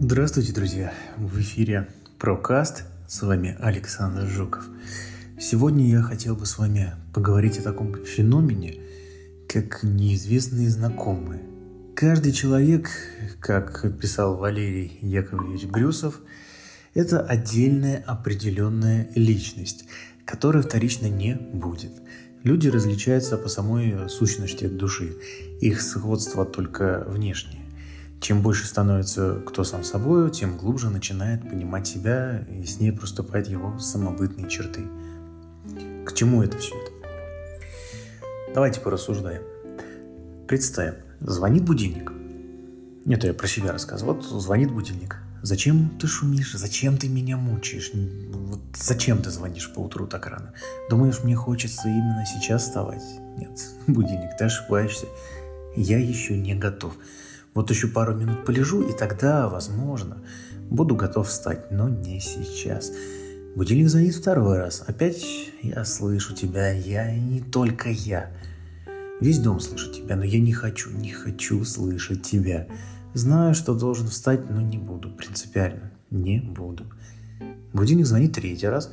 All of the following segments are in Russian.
Здравствуйте, друзья! В эфире Прокаст. С вами Александр Жуков. Сегодня я хотел бы с вами поговорить о таком феномене, как неизвестные знакомые. Каждый человек, как писал Валерий Яковлевич Брюсов, это отдельная определенная личность, которой вторично не будет. Люди различаются по самой сущности души. Их сходство только внешнее. Чем больше становится кто сам собой, тем глубже начинает понимать себя, и с ней проступают его самобытные черты. К чему это все это? Давайте порассуждаем. Представим, звонит будильник. Это я про себя рассказываю. Вот звонит будильник. Зачем ты шумишь? Зачем ты меня мучаешь? Вот зачем ты звонишь поутру так рано? Думаешь, мне хочется именно сейчас вставать? Нет, будильник, ты ошибаешься. Я еще не готов. Вот еще пару минут полежу, и тогда, возможно, буду готов встать, но не сейчас. Будильник звонит второй раз. Опять я слышу тебя, я и не только я. Весь дом слышит тебя, но я не хочу слышать тебя. Знаю, что должен встать, но не буду, принципиально, не буду. Будильник звонит третий раз.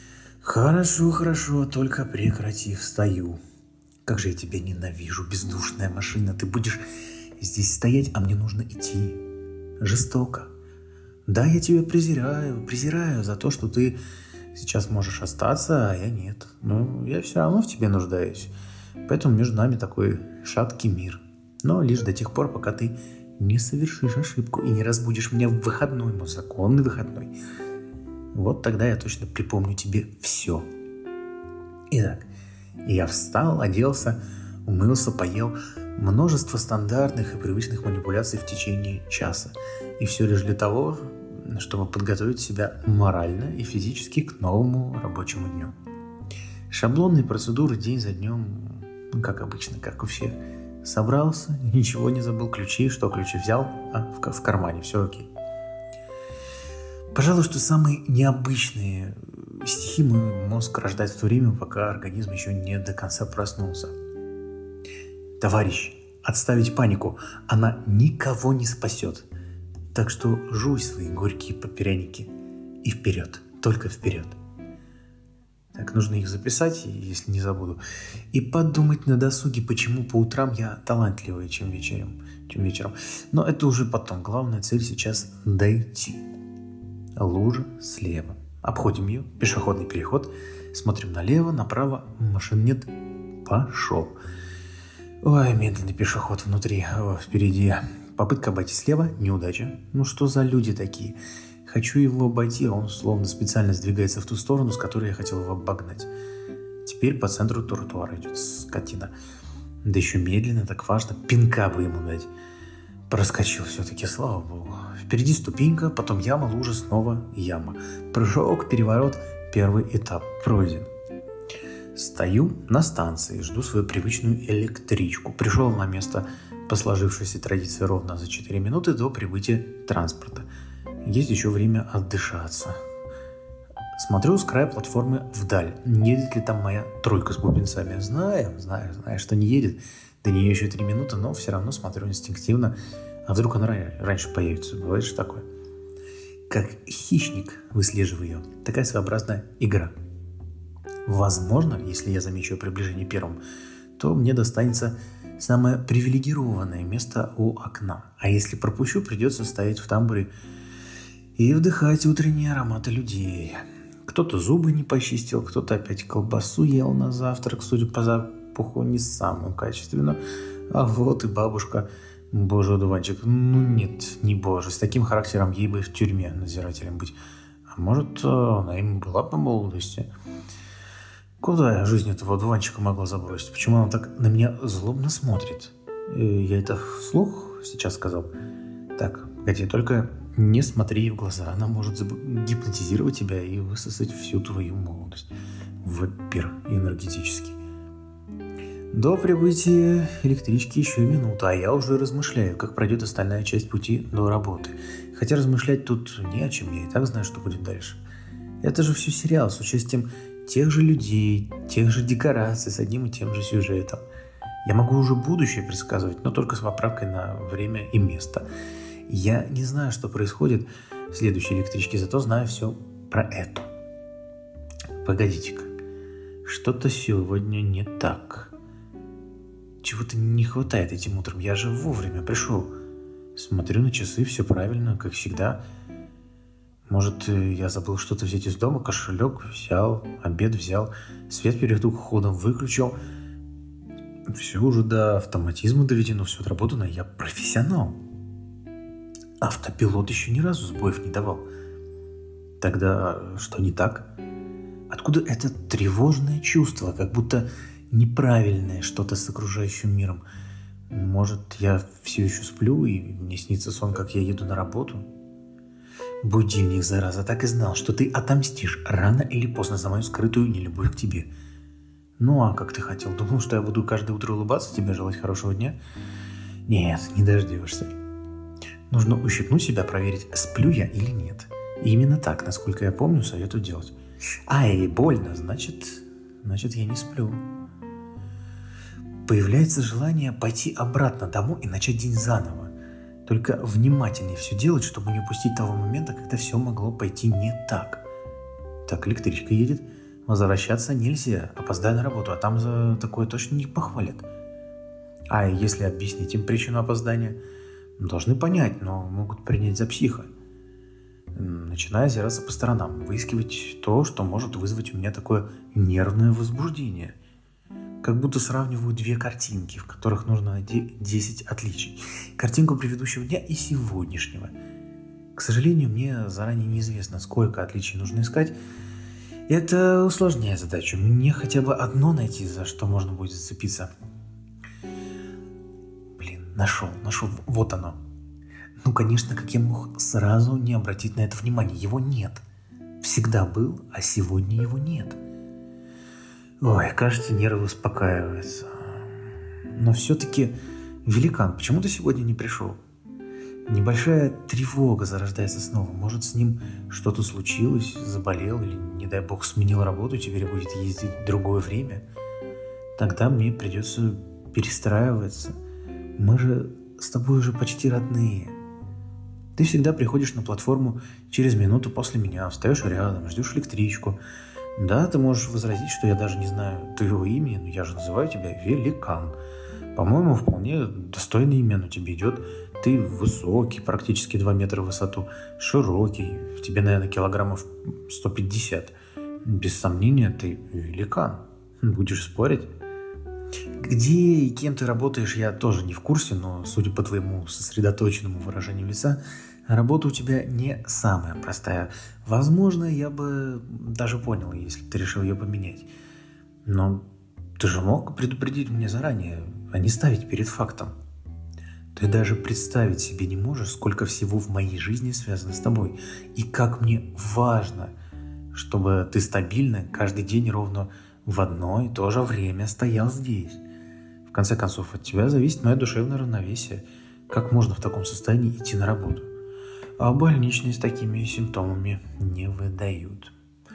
Хорошо, только прекрати, встаю. Как же я тебя ненавижу, бездушная машина, ты будешь здесь стоять, а мне нужно идти. Жестоко. Да, я тебя презираю за то, что ты сейчас можешь остаться, а я нет. Но я все равно в тебе нуждаюсь. Поэтому между нами такой шаткий мир. Но лишь до тех пор, пока ты не совершишь ошибку и не разбудишь меня в выходной, мой законный выходной. Вот тогда я точно припомню тебе все. Итак, я встал, оделся, умылся, поел. Множество стандартных и привычных манипуляций в течение часа. И все лишь для того, чтобы подготовить себя морально и физически к новому рабочему дню. Шаблонные процедуры день за днем, как обычно, как у всех. Собрался, ничего не забыл, ключи взял, в кармане, все окей. Пожалуй, что самые необычные стихи мой мозг рождает в то время, пока организм еще не до конца проснулся. Товарищ, отставить панику, она никого не спасет. Так что жуй свои горькие поперяники и вперед, только вперед. Так, нужно их записать, если не забуду. И подумать на досуге, почему по утрам я талантливее, чем вечером. Но это уже потом. Главная цель сейчас дойти. Лужа слева. Обходим ее, пешеходный переход. Смотрим налево, направо, машин нет. Пошел. Ой, медленный пешеход внутри, впереди. Попытка обойти слева, неудача. Ну что за люди такие? Хочу его обойти, а он словно специально сдвигается в ту сторону, с которой я хотел его обогнать. Теперь по центру тротуара идет скотина. Да еще медленно, так важно, пинка бы ему дать. Проскочил все-таки, слава богу. Впереди ступенька, потом яма, лужа, снова яма. Прыжок, переворот, первый этап пройден. Стою на станции, жду свою привычную электричку. Пришел на место по сложившейся традиции ровно за 4 минуты до прибытия транспорта. Есть еще время отдышаться. Смотрю с края платформы вдаль. Не едет ли там моя тройка с бубенцами? Знаю, что не едет. До нее еще 3 минуты, но все равно смотрю инстинктивно. А вдруг она раньше появится? Бывает же такое. Как хищник выслеживаю ее. Такая своеобразная игра. Возможно, если я замечу ее приближение первым, то мне достанется самое привилегированное место у окна. А если пропущу, придется стоять в тамбуре и вдыхать утренние ароматы людей. Кто-то зубы не почистил, кто-то опять колбасу ел на завтрак, судя по запаху, не самую качественную. А вот и бабушка. Боже, одуванчик. Ну нет, не боже. С таким характером ей бы в тюрьме надзирателем быть. А может, она им была по молодости. Куда жизнь этого одуванчика могла забросить? Почему она так на меня злобно смотрит? Я это вслух сейчас сказал? Так, погоди, только не смотри ей в глаза. Она может гипнотизировать тебя и высосать всю твою молодость. Вампир энергетический. До прибытия электрички еще минута, а я уже размышляю, как пройдет остальная часть пути до работы. Хотя размышлять тут не о чем, я и так знаю, что будет дальше. Это же все сериал с участием тех же людей, тех же декораций, с одним и тем же сюжетом. Я могу уже будущее предсказывать, но только с поправкой на время и место. Я не знаю, что происходит в следующей электричке, зато знаю все про эту. Погодите-ка, что-то сегодня не так. Чего-то не хватает этим утром, я же вовремя пришел. Смотрю на часы, все правильно, как всегда. Может, я забыл что-то взять из дома, кошелек взял, обед взял, свет перед уходом выключил. Все уже до автоматизма доведено, все отработано, я профессионал. Автопилот еще ни разу сбоев не давал. Тогда что не так? Откуда это тревожное чувство, как будто неправильное что-то с окружающим миром? Может, я все еще сплю, и мне снится сон, как я еду на работу? Будильник, зараза, так и знал, что ты отомстишь рано или поздно за мою скрытую нелюбовь к тебе. Ну а как ты хотел? Думал, что я буду каждое утро улыбаться, тебе желать хорошего дня? Нет, не дождешься. Нужно ущипнуть себя, проверить, сплю я или нет. И именно так, насколько я помню, советую делать. Ай, больно, значит я не сплю. Появляется желание пойти обратно домой и начать день заново. Только внимательнее все делать, чтобы не упустить того момента, когда все могло пойти не так. Так, электричка едет, возвращаться нельзя, опоздаю на работу, а там за такое точно не похвалят. А если объяснить им причину опоздания, должны понять, но могут принять за психа. Начинаю озираться по сторонам, выискивать то, что может вызвать у меня такое нервное возбуждение. Как будто сравниваю две картинки, в которых нужно найти 10 отличий. Картинку предыдущего дня и сегодняшнего. К сожалению, мне заранее неизвестно, сколько отличий нужно искать. Это усложняет задачу. Мне хотя бы одно найти, за что можно будет зацепиться. Нашел. Вот оно. Ну, конечно, как я мог сразу не обратить на это внимание? Его нет. Всегда был, а сегодня его нет. Ой, кажется, нервы успокаиваются. Но все-таки, великан, почему ты сегодня не пришел? Небольшая тревога зарождается снова. Может, с ним что-то случилось, заболел или, не дай бог, сменил работу, теперь будет ездить в другое время. Тогда мне придется перестраиваться. Мы же с тобой уже почти родные. Ты всегда приходишь на платформу через минуту после меня, встаешь рядом, ждешь электричку. Да, ты можешь возразить, что я даже не знаю твоего имени, но я же называю тебя Великан. По-моему, вполне достойное имя, но тебе идет. Ты высокий, практически 2 метра в высоту, широкий, в тебе, наверное, килограммов 150. Без сомнения, ты великан. Будешь спорить? Где и кем ты работаешь, я тоже не в курсе, но, судя по твоему сосредоточенному выражению лица, работа у тебя не самая простая. Возможно, я бы даже понял, если бы ты решил ее поменять. Но ты же мог предупредить меня заранее, а не ставить перед фактом. Ты даже представить себе не можешь, сколько всего в моей жизни связано с тобой. И как мне важно, чтобы ты стабильно каждый день ровно в одно и то же время стоял здесь. В конце концов, от тебя зависит мое душевное равновесие. Как можно в таком состоянии идти на работу? А больничные с такими симптомами не выдают.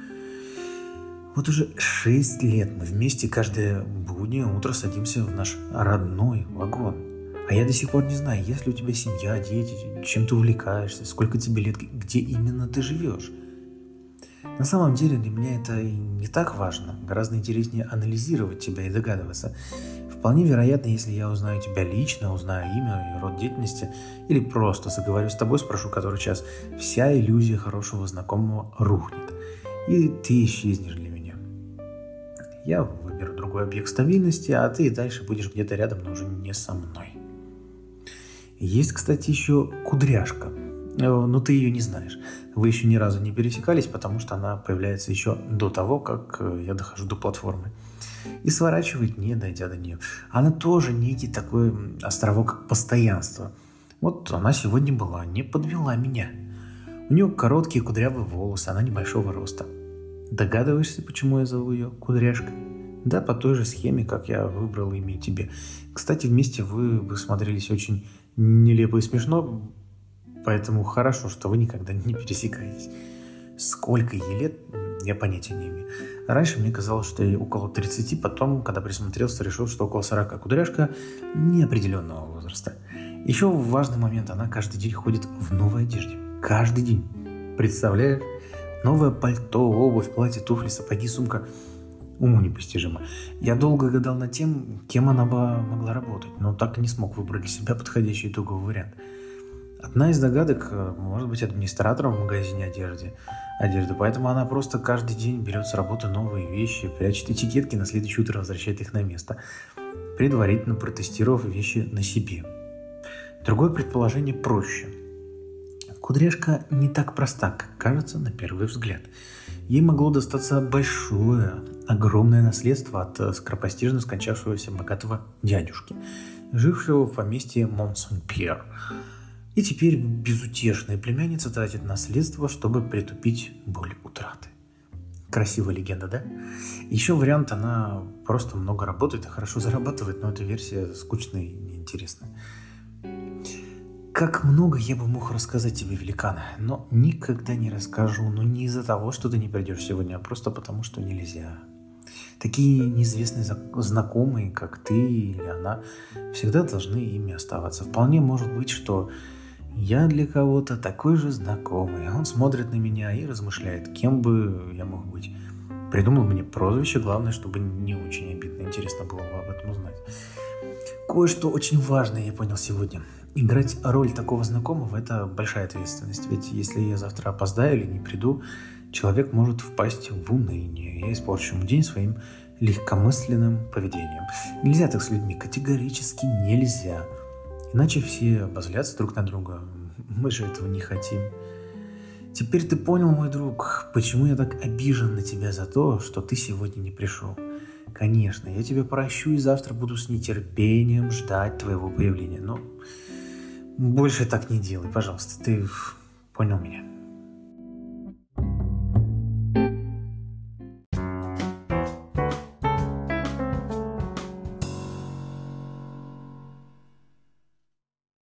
Вот уже 6 лет мы вместе каждое буднее утро садимся в наш родной вагон. А я до сих пор не знаю, есть ли у тебя семья, дети, чем ты увлекаешься, сколько тебе лет, где именно ты живешь. На самом деле для меня это и не так важно. Гораздо интереснее анализировать тебя и догадываться. Вполне вероятно, если я узнаю тебя лично, узнаю имя и род деятельности, или просто заговорю с тобой, спрошу который час, вся иллюзия хорошего знакомого рухнет. И ты исчезнешь для меня. Я выберу другой объект стабильности, а ты дальше будешь где-то рядом, но уже не со мной. Есть, кстати, еще кудряшка. Но ты ее не знаешь. Вы еще ни разу не пересекались, потому что она появляется еще до того, как я дохожу до платформы. И сворачивает, не дойдя до нее. Она тоже некий такой островок постоянства. Вот она сегодня была, не подвела меня. У нее короткие кудрявые волосы, она небольшого роста. Догадываешься, почему я зову ее Кудряшкой? Да, по той же схеме, как я выбрал имя тебе. Кстати, вместе вы бы смотрелись очень нелепо и смешно, поэтому хорошо, что вы никогда не пересекаетесь. Сколько ей лет, я понятия не имею. Раньше мне казалось, что ей около 30, потом, когда присмотрелся, решил, что около 40. Кудряшка неопределенного возраста. Еще важный момент, она каждый день ходит в новой одежде. Каждый день. Представляешь? Новое пальто, обувь, платье, туфли, сапоги, сумка. Уму непостижимо. Я долго гадал над тем, кем она бы могла работать, но так и не смог выбрать для себя подходящий итоговый вариант. Одна из догадок может быть администратором в магазине одежды, поэтому она просто каждый день берет с работы новые вещи, прячет этикетки, на следующее утро возвращает их на место, предварительно протестировав вещи на себе. Другое предположение проще. Кудряшка не так проста, как кажется на первый взгляд. Ей могло достаться большое, огромное наследство от скоропостижно скончавшегося богатого дядюшки, жившего в поместье Монсен-Пьер. И теперь безутешная племянница тратит наследство, чтобы притупить боль утраты. Красивая легенда, да? Еще вариант, она просто много работает и хорошо зарабатывает, но эта версия скучная и неинтересная. Как много я бы мог рассказать тебе, великан, но никогда не расскажу, но не из-за того, что ты не придешь сегодня, а просто потому, что нельзя. Такие неизвестные знакомые, как ты или она, всегда должны ими оставаться. Вполне может быть, что я для кого-то такой же знакомый. Он смотрит на меня и размышляет, кем бы я мог быть. Придумал мне прозвище, главное, чтобы не очень обидно. Интересно было бы об этом узнать. Кое-что очень важное я понял сегодня. Играть роль такого знакомого – это большая ответственность. Ведь если я завтра опоздаю или не приду, человек может впасть в уныние. Я испорчу ему день своим легкомысленным поведением. Нельзя так с людьми, категорически нельзя. Иначе все обозлятся друг на друга. Мы же этого не хотим. Теперь ты понял, мой друг, почему я так обижен на тебя за то, что ты сегодня не пришел. Конечно, я тебя прощу и завтра буду с нетерпением ждать твоего появления. Но больше так не делай, пожалуйста. Ты понял меня?